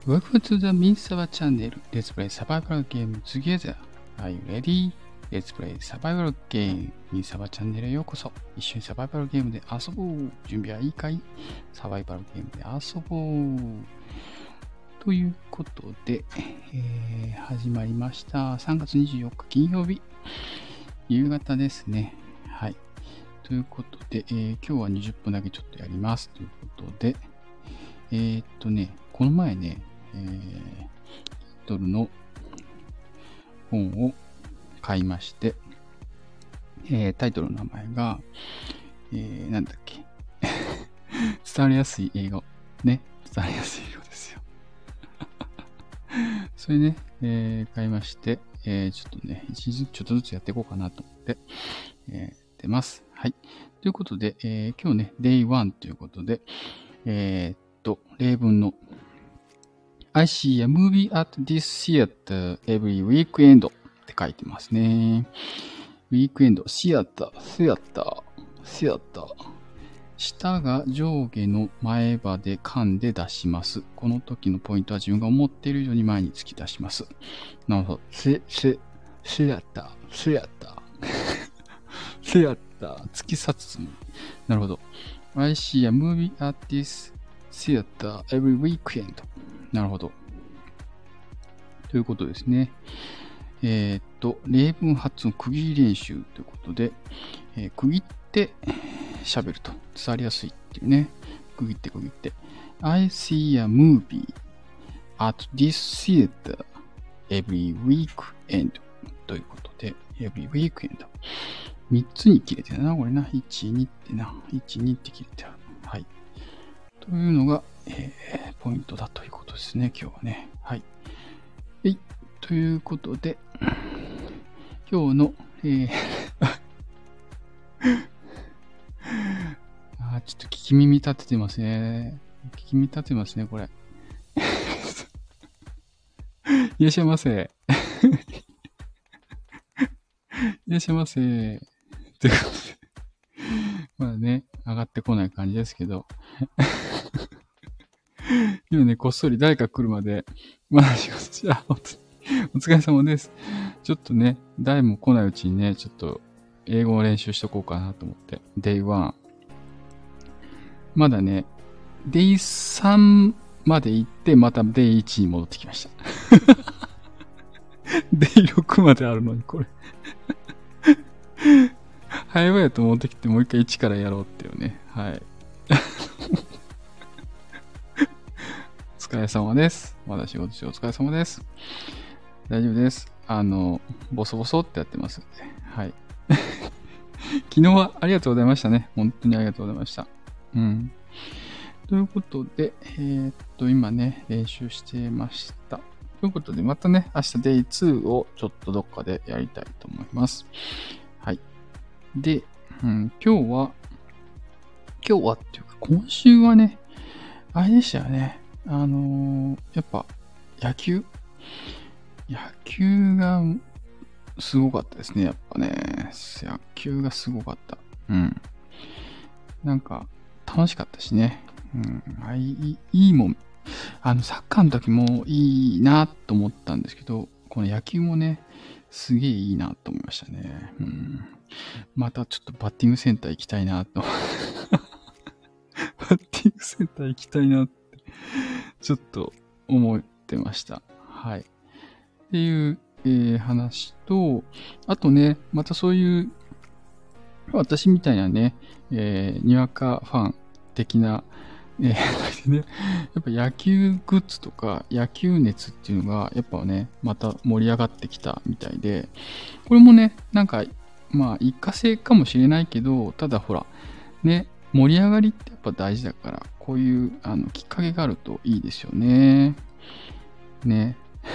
Welcome to the Minsava Channel. Let's play survival game together. Are you ready? Let's play survival game. Minsava Channel へようこそ。一緒にサバイバルゲームで遊ぼう。準備はいいかい？サバイバルゲームで遊ぼう。ということで、始まりました。3月24日金曜日。夕方ですね。はい。ということで、今日は20分だけちょっとやります。ということで、この前ね、Kindle の本を買いまして、タイトルの名前が、なんだっけ伝わりやすい英語ね、伝わりやすい英語ですよ。それね、買いまして、ちょっとね、一日ちょっとずつやっていこうかなと思って、出ます。はい。ということで、今日ね、Day1 ということで、例文のI see a movie at this theater every weekend って書いてますね。ウィークエンド、シアター。舌が上下の前歯で噛んで出します。この時のポイントは自分が思っている以上に前に突き出します。なるほど。シアター。突き刺すつもり。なるほど。I see a movie at this theater every weekend. なるほど。ということですね。例文発音区切り練習ということで、区切って喋ると伝わりやすいっていうね。区切って。I see a movie at this theater every weekend ということで、every weekend。3つに切れてるな、これな。1、2ってな。1、2って切れてある。はい。というのが、ポイントだということですね、今日はね。はい。ということで、今日の、ちょっと聞き耳立ててますね。これ。いらっしゃいませ。ということで、まだね、上がってこない感じですけど。今ね、こっそり誰か来るまで、まだ仕事し、お疲れ様です。ちょっとね、誰も来ないうちにね、ちょっと英語を練習しとこうかなと思って。Day1。まだね、Day3 まで行って、また Day1 に戻ってきました。Day6 まであるのに、これ。早々と戻ってきて、もう一回1からやろうっていうね。はい。お疲れ様です。まだ仕事中お疲れ様です。大丈夫です。ボソボソってやってますんで。はい。昨日はありがとうございましたね。本当にありがとうございました。うん。ということで、今ね、練習してました。ということで、またね、明日 Day2 をちょっとどっかでやりたいと思います。はい。で、今日はっていうか、今週はね、あれでしたよね。やっぱ、野球がすごかったですね、やっぱね。野球がすごかった。うん。なんか、楽しかったしね。うん。いいもん。サッカーの時もいいなと思ったんですけど、この野球もね、すげえいいなと思いましたね。うん。またちょっとバッティングセンター行きたいなと。バッティングセンター行きたいなって、ちょっと思ってました。はい。っていう、話と、あとね、またそういう、私みたいなね、にわかファン的な、ね、やっぱ野球グッズとか野球熱っていうのが、やっぱね、また盛り上がってきたみたいで、これもね、なんか、まあ、一過性かもしれないけど、ただほら、ね、盛り上がりってやっぱ大事だから、こういう、きっかけがあるといいですよね。ね。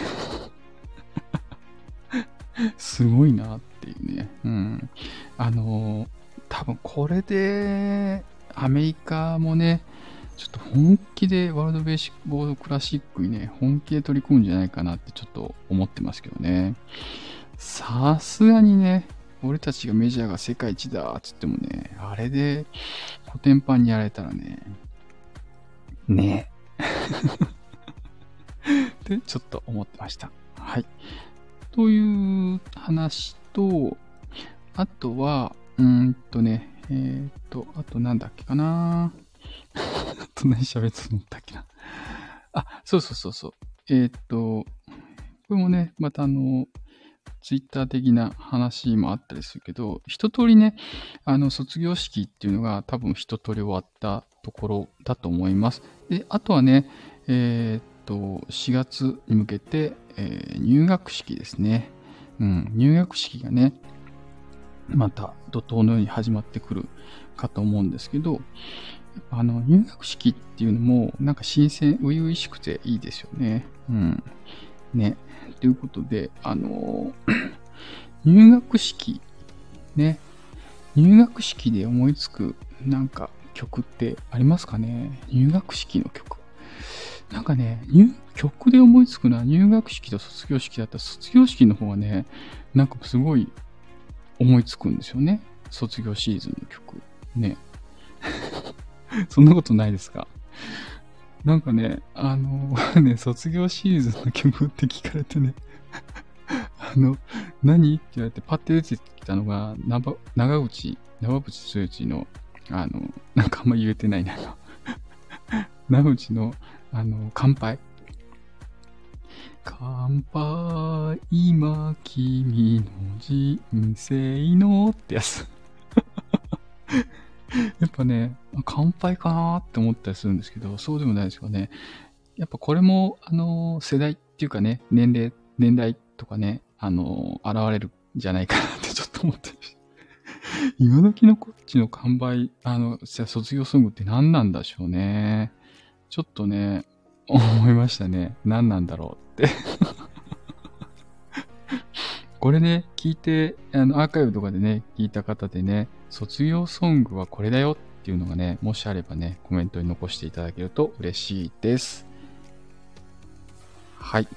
すごいなっていうね。うん。多分これで、アメリカもね、ちょっと本気でワールドベーシックボードクラシックにね、本気で取り組むんじゃないかなってちょっと思ってますけどね。さすがにね、俺たちがメジャーが世界一だっつってもね、あれでコテンパンにやられたらね、ね。 ってちょっと思ってました。はい。という話と、あとは、あとなんだっけかなあと何喋ってたんだっけな。あ、そうそうそうそう。これもね、またツイッター的な話もあったりするけど、一通りね、卒業式っていうのが多分一通り終わったところだと思います。で、あとはね、4月に向けて、入学式ですね。入学式がね、また怒涛のように始まってくるかと思うんですけど、入学式っていうのも、なんか新鮮、初々しくていいですよね。ね。ということで、入学式、ね。入学式で思いつく、なんか曲ってありますかね？入学式の曲。なんかね、曲で思いつくのは入学式と卒業式だったら、卒業式の方はね、なんかすごい思いつくんですよね。卒業シーズンの曲。ね。そんなことないですか？なんかね、卒業シーズンの曲って聞かれてね、何って言われてパッて出てきたのが、長渕剛の、なんかあんま言えてないな。長渕の、乾杯。乾杯、今君の人生のってやつ。やっぱね、乾杯かなって思ったりするんですけど、そうでもないですよね。やっぱこれも、世代っていうかね、年代とかね、現れるんじゃないかなってちょっと思ってる。今時のこっちの乾杯、卒業ソングって何なんでしょうね。ちょっとね、思いましたね。何なんだろうって。これね、聞いて、アーカイブとかでね、聞いた方でね、卒業ソングはこれだよっていうのがね、もしあればね、コメントに残していただけると嬉しいです。はい。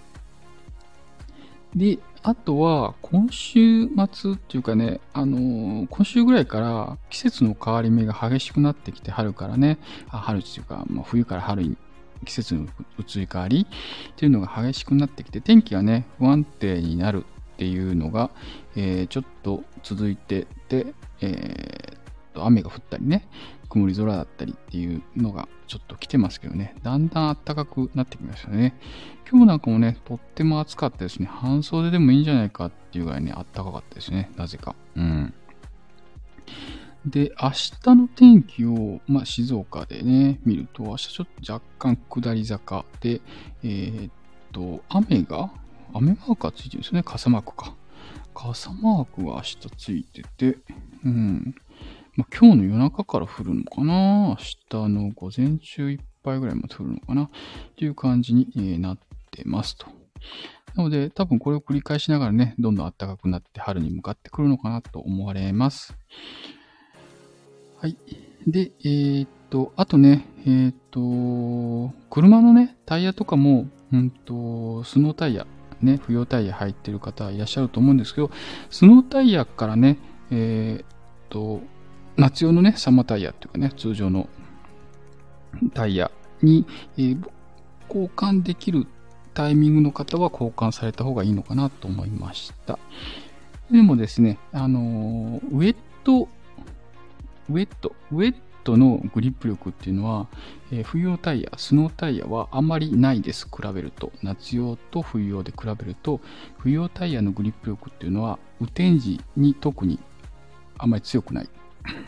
で、あとは、今週末っていうかね、今週ぐらいから季節の変わり目が激しくなってきて、春からね、春っていうか、冬から春に季節の移り変わりっていうのが激しくなってきて、天気がね、不安定になるっていうのが、ちょっと続いてて、雨が降ったりね、曇り空だったりっていうのがちょっと来てますけどね、だんだん暖かくなってきましたね。今日なんかもね、とっても暑かったですね。半袖でもいいんじゃないかっていうぐらいね、暖かかったですね。なぜか。で、明日の天気を、静岡でね、見ると、明日ちょっと若干下り坂で、雨マークがついてるんですね。傘マークか。傘マークが明日ついてて、今日の夜中から降るのかな？明日の午前中いっぱいぐらいまで降るのかなっていう感じになってますと。なので、多分これを繰り返しながらね、どんどん暖かくなって春に向かってくるのかなと思われます。はい。で、あとね、車のね、タイヤとかも、スノータイヤ、ね、不要タイヤ入ってる方いらっしゃると思うんですけど、スノータイヤからね、夏用のね、サマータイヤっていうかね、通常のタイヤに、交換できるタイミングの方は交換された方がいいのかなと思いました。でもですね、ウェットのグリップ力っていうのは、冬用タイヤ、スノータイヤはあまりないです。比べると。夏用と冬用で比べると、冬用タイヤのグリップ力っていうのは、雨天時に特にあまり強くない。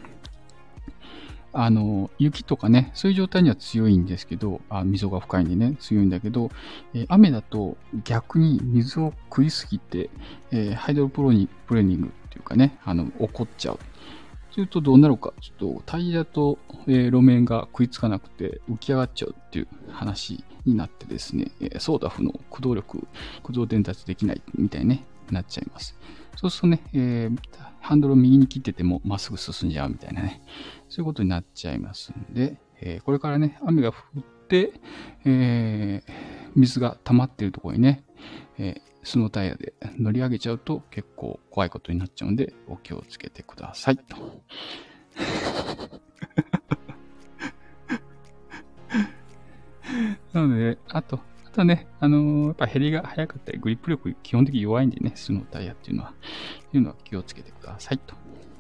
雪とかね、そういう状態には強いんですけど、溝が深いんでね、強いんだけど、雨だと逆に水を食いすぎて、ハイドロプレーニングっていうかね、起こっちゃう。するとどうなるか、ちょっとタイヤと、路面が食いつかなくて浮き上がっちゃうっていう話になってですね、ソーダフの駆動伝達できないみたいに、ね、なっちゃいます。そうするとね、ハンドルを右に切っててもまっすぐ進んじゃうみたいなね、そういうことになっちゃいますんで、これからね、雨が降って、水が溜まっているところにね、スノータイヤで乗り上げちゃうと結構怖いことになっちゃうんでお気をつけてくださいと。なので、あとあとね、やっぱ減りが早かったり、グリップ力基本的に弱いんでね、スノータイヤっていうのは気をつけてくださいと。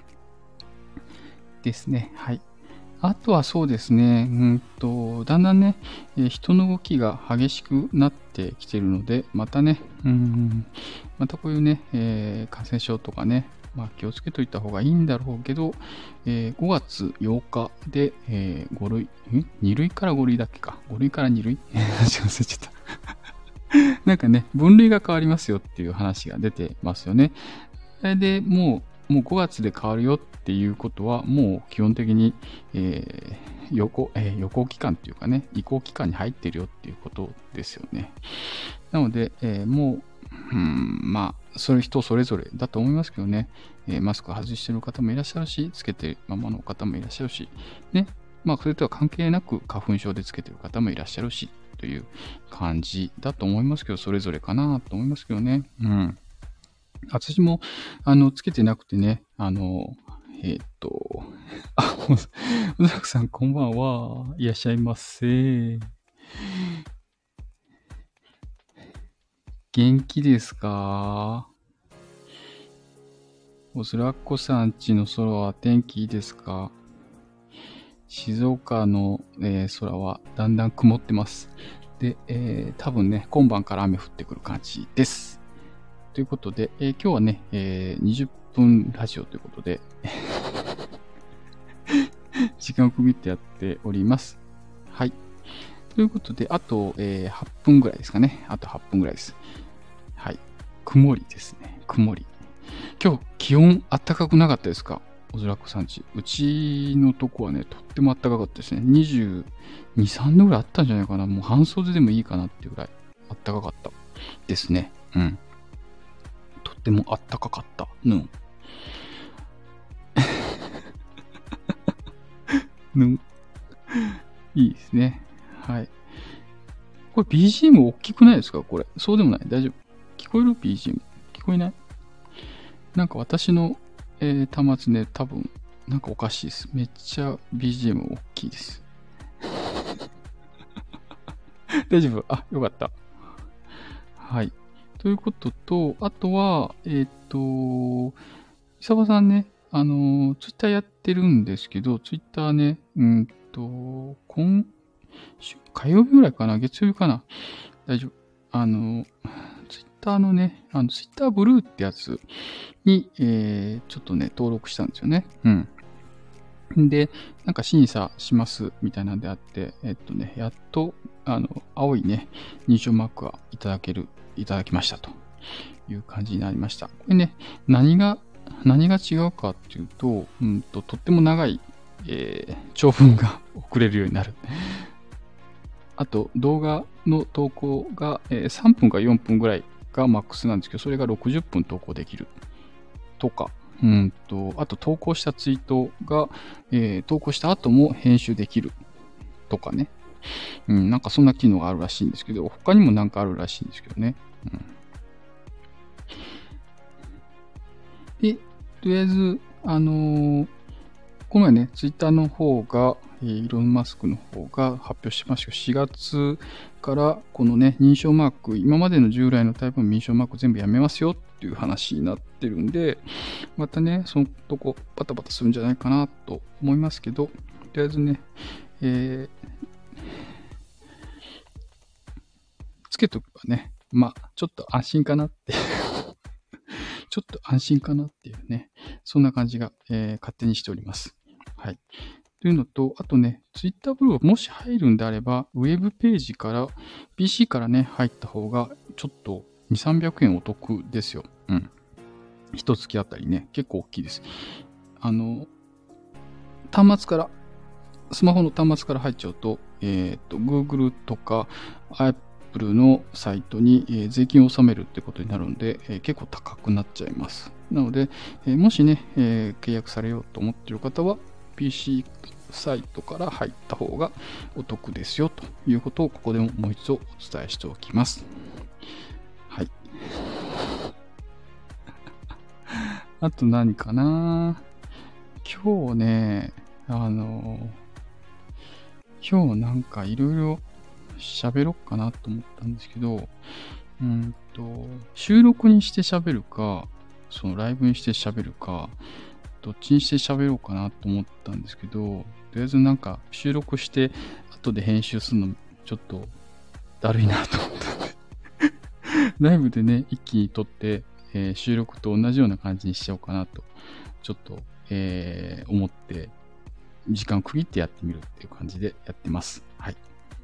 ですね。はい。あとはそうですね、だんだんね、人の動きが激しくなってきているので、またね、またこういうね、感染症とかね、気をつけといた方がいいんだろうけど、5月8日で、5類、2類から5類だっけか。5類から2類忘れちゃった。なんかね、分類が変わりますよっていう話が出てますよね。で、もう5月で変わるよっていうことは、もう基本的に、予行期間っていうかね、移行期間に入ってるよっていうことですよね。なので、もう、それ人それぞれだと思いますけどね、マスク外してる方もいらっしゃるし、つけてるままの方もいらっしゃるし、ね、それとは関係なく花粉症でつけてる方もいらっしゃるし、という感じだと思いますけど、それぞれかなと思いますけどね。私も、つけてなくてね、小崎さんこんばんは。いらっしゃいませ。元気ですか？おずらっこさんちの空は天気いいですか？静岡の、空はだんだん曇ってます。で、多分ね、今晩から雨降ってくる感じです。ということで、今日はね、20分ラジオということで、時間を区切ってやっております。はい。ということで、あと、8分ぐらいですかね。あと8分ぐらいです。はい。曇りですね。曇り。今日、気温暖かくなかったですか？おずらこさんち。うちのとこはね、とっても暖かかったですね。22、3度ぐらいあったんじゃないかな。もう半袖でもいいかなっていうぐらい暖かかったですね。とっても暖かかったの。いいですね。はい。これ BGM 大きくないですか？これ。そうでもない。大丈夫。聞こえる？ BGM。聞こえない？なんか私の、端末ね、多分、なんかおかしいです。めっちゃ BGM 大きいです。大丈夫？あ、よかった。はい。ということと、あとは、伊沢さんね、ツイッターやってるんですけど、ツイッターね、今週、火曜日ぐらいかな？月曜日かな？大丈夫。ツイッターのね、ツイッターブルーってやつに、ちょっとね、登録したんですよね。で、なんか審査しますみたいなんであって、やっと、青いね、認証マークがいただきましたという感じになりました。これね、何が違うかっていうと、とっても長い、長文が送れるようになる。あと、動画の投稿が、3分か4分ぐらいがマックスなんですけど、それが60分投稿できるとか、あと投稿したツイートが、投稿した後も編集できるとかね。なんかそんな機能があるらしいんですけど、他にもなんかあるらしいんですけどね。で、とりあえず、この前ね、ツイッターの方が、イーロン・マスクの方が発表しました4月からこのね、認証マーク、今までの従来のタイプの認証マーク全部やめますよっていう話になってるんで、またね、そのとこバタバタするんじゃないかなと思いますけど、とりあえずね、つけとけばね、ちょっと安心かなってちょっと安心かなっていうね、そんな感じが、勝手にしております。はい。というのと、あとね、Twitter ブログもし入るんであれば、ウェブページから、PC からね、入った方が、ちょっと2、300円お得ですよ。一月あたりね、結構大きいです。端末から、スマホの端末から入っちゃうと、Google とか Apple のサイトに、税金を納めるってことになるので、結構高くなっちゃいます。なので、もしね、契約されようと思っている方は、PC サイトから入った方がお得ですよということをここでももう一度お伝えしておきます。はい。あと何かな？今日ね、今日なんかいろいろ喋ろうかなと思ったんですけど、収録にして喋るか、そのライブにして喋るか、どっちにして喋ろうかなと思ったんですけど、とりあえずなんか収録して後で編集するのちょっとだるいなと思ったんで、ライブでね、一気に撮って、収録と同じような感じにしようかなと、ちょっと、思って、時間を区切ってやってみるっていう感じでやってます。はい。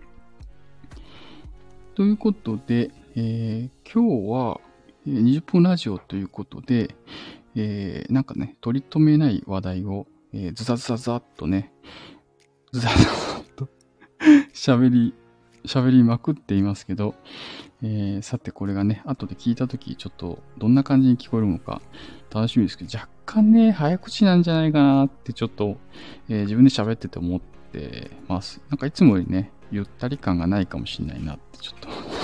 ということで、今日は20分ラジオということで、なんかね、取り留めない話題を、ズザズザザっとね、ズザズザっと喋りまくっていますけど、さてこれがね、後で聞いたとき、ちょっとどんな感じに聞こえるのか楽しみですけど、若干ね、早口なんじゃないかなってちょっと、自分で喋ってて思ってます。なんかいつもよりね、ゆったり感がないかもしれないなってちょっと思ってます。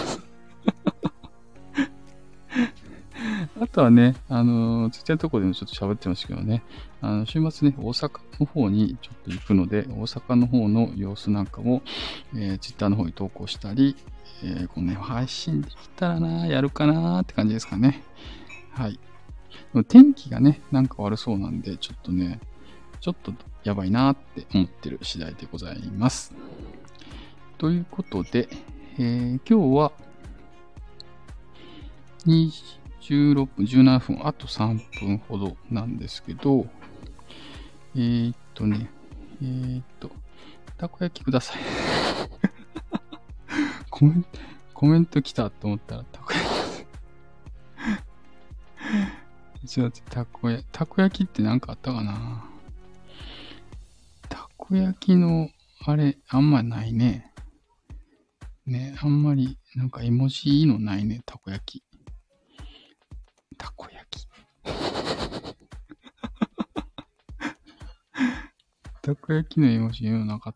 あとはね、ちっちゃいところでもちょっと喋ってましたけどね、週末ね、大阪の方にちょっと行くので、大阪の方の様子なんかも、ツイッターの方に投稿したり、このね、配信できたらな、やるかなって感じですかね。はい。天気がね、なんか悪そうなんで、ちょっとね、ちょっとやばいなって思ってる次第でございます。ということで、今日は16分、17分、あと3分ほどなんですけど、たこ焼きください。コメント来たと思ったら、たこ焼き。違う、たこ焼きってなんかあったかな。たこ焼きの、あれ、あんまないね。ね、あんまり、なんか絵文字いいのないね、たこ焼き。たこ焼き。たこ焼きの絵文字いいのなかった。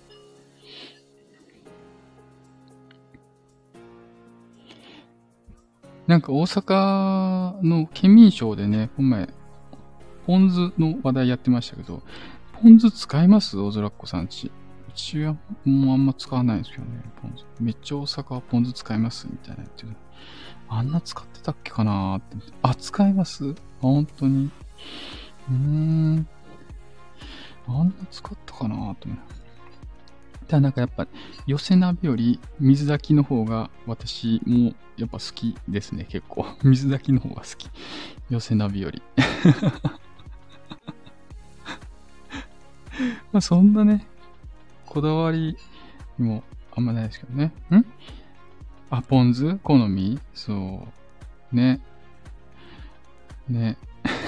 なんか大阪の県民賞でね、この前、ポン酢の話題やってましたけど、ポン酢使います大空っ子さんち。うちはもうあんま使わないですけどね、ポン酢。めっちゃ大阪はポン酢使いますみたいなやってる。あんな使ってたっけかなーって。あ、使います本当に。あんな使ったかなーって思う。ただなんかやっぱ、寄せ鍋より水炊きの方が私もやっぱ好きですね、結構。水炊きの方が好き。寄せ鍋より。まあそんなね、こだわりもあんまないですけどね。あ、ポン酢好みそう。ね。ね。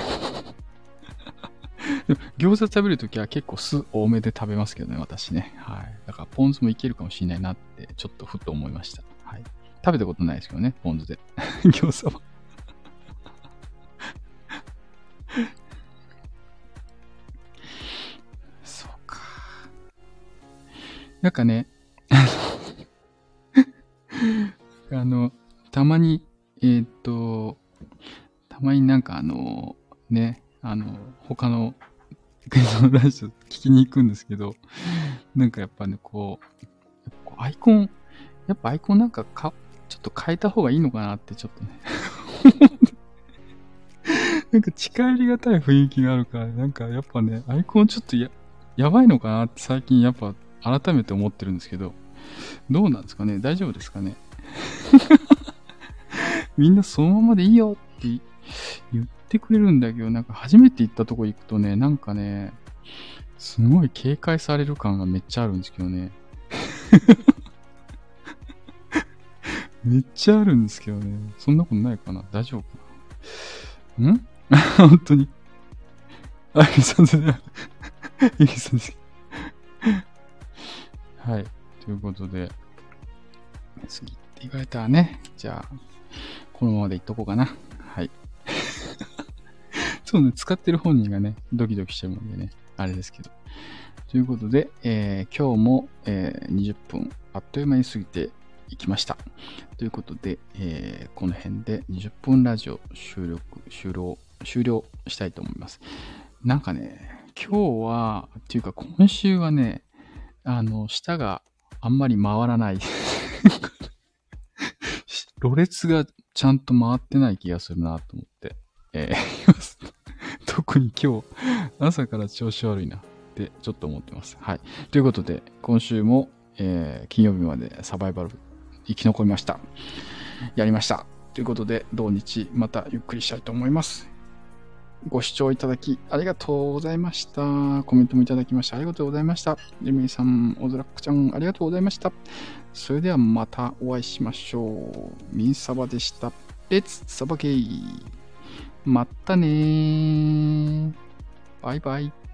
餃子食べるときは結構酢多めで食べますけどね、私ね。はい。だからポン酢もいけるかもしれないなって、ちょっとふと思いました。はい。食べたことないですけどね、ポン酢で。餃子は。そうか。なんかね、たまに、たまになんかね、他の国のラジオ聞きに行くんですけど、なんかやっぱね、こうアイコンなんかちょっと変えた方がいいのかなってちょっとね。なんか近寄りがたい雰囲気があるから、なんかやっぱね、アイコンちょっとやばいのかなって最近やっぱ改めて思ってるんですけど、どうなんですかね大丈夫ですかねみんなそのままでいいよって言ってくれるんだけど、なんか初めて行ったとこ行くとね、なんかね、すごい警戒される感がめっちゃあるんですけどね。めっちゃあるんですけどね。そんなことないかな大丈夫かな本当に。あ、ゆきさんですね。ゆきさんです。はい。ということで、次って言われたらね、じゃあ、このままでいっとこうかな。はい。そうね、使ってる本人がね、ドキドキしちゃうんでね、あれですけど。ということで、今日も、20分あっという間に過ぎていきました。ということで、この辺で20分ラジオ終了したいと思います。なんかね、今日は、っていうか今週はね、舌があんまり回らない。ろれつがちゃんと回ってない気がするなと思って。特に今日、朝から調子悪いなってちょっと思ってます。はい。ということで、今週も、金曜日までサバイバル生き残りました。やりました。ということで、同日またゆっくりしたいと思います。ご視聴いただきありがとうございました。コメントもいただきましてありがとうございました。ジミーさん、オズラックちゃん、ありがとうございました。それではまたお会いしましょう。ミンサバでした。レッツサバゲイ。またねー。バイバイ。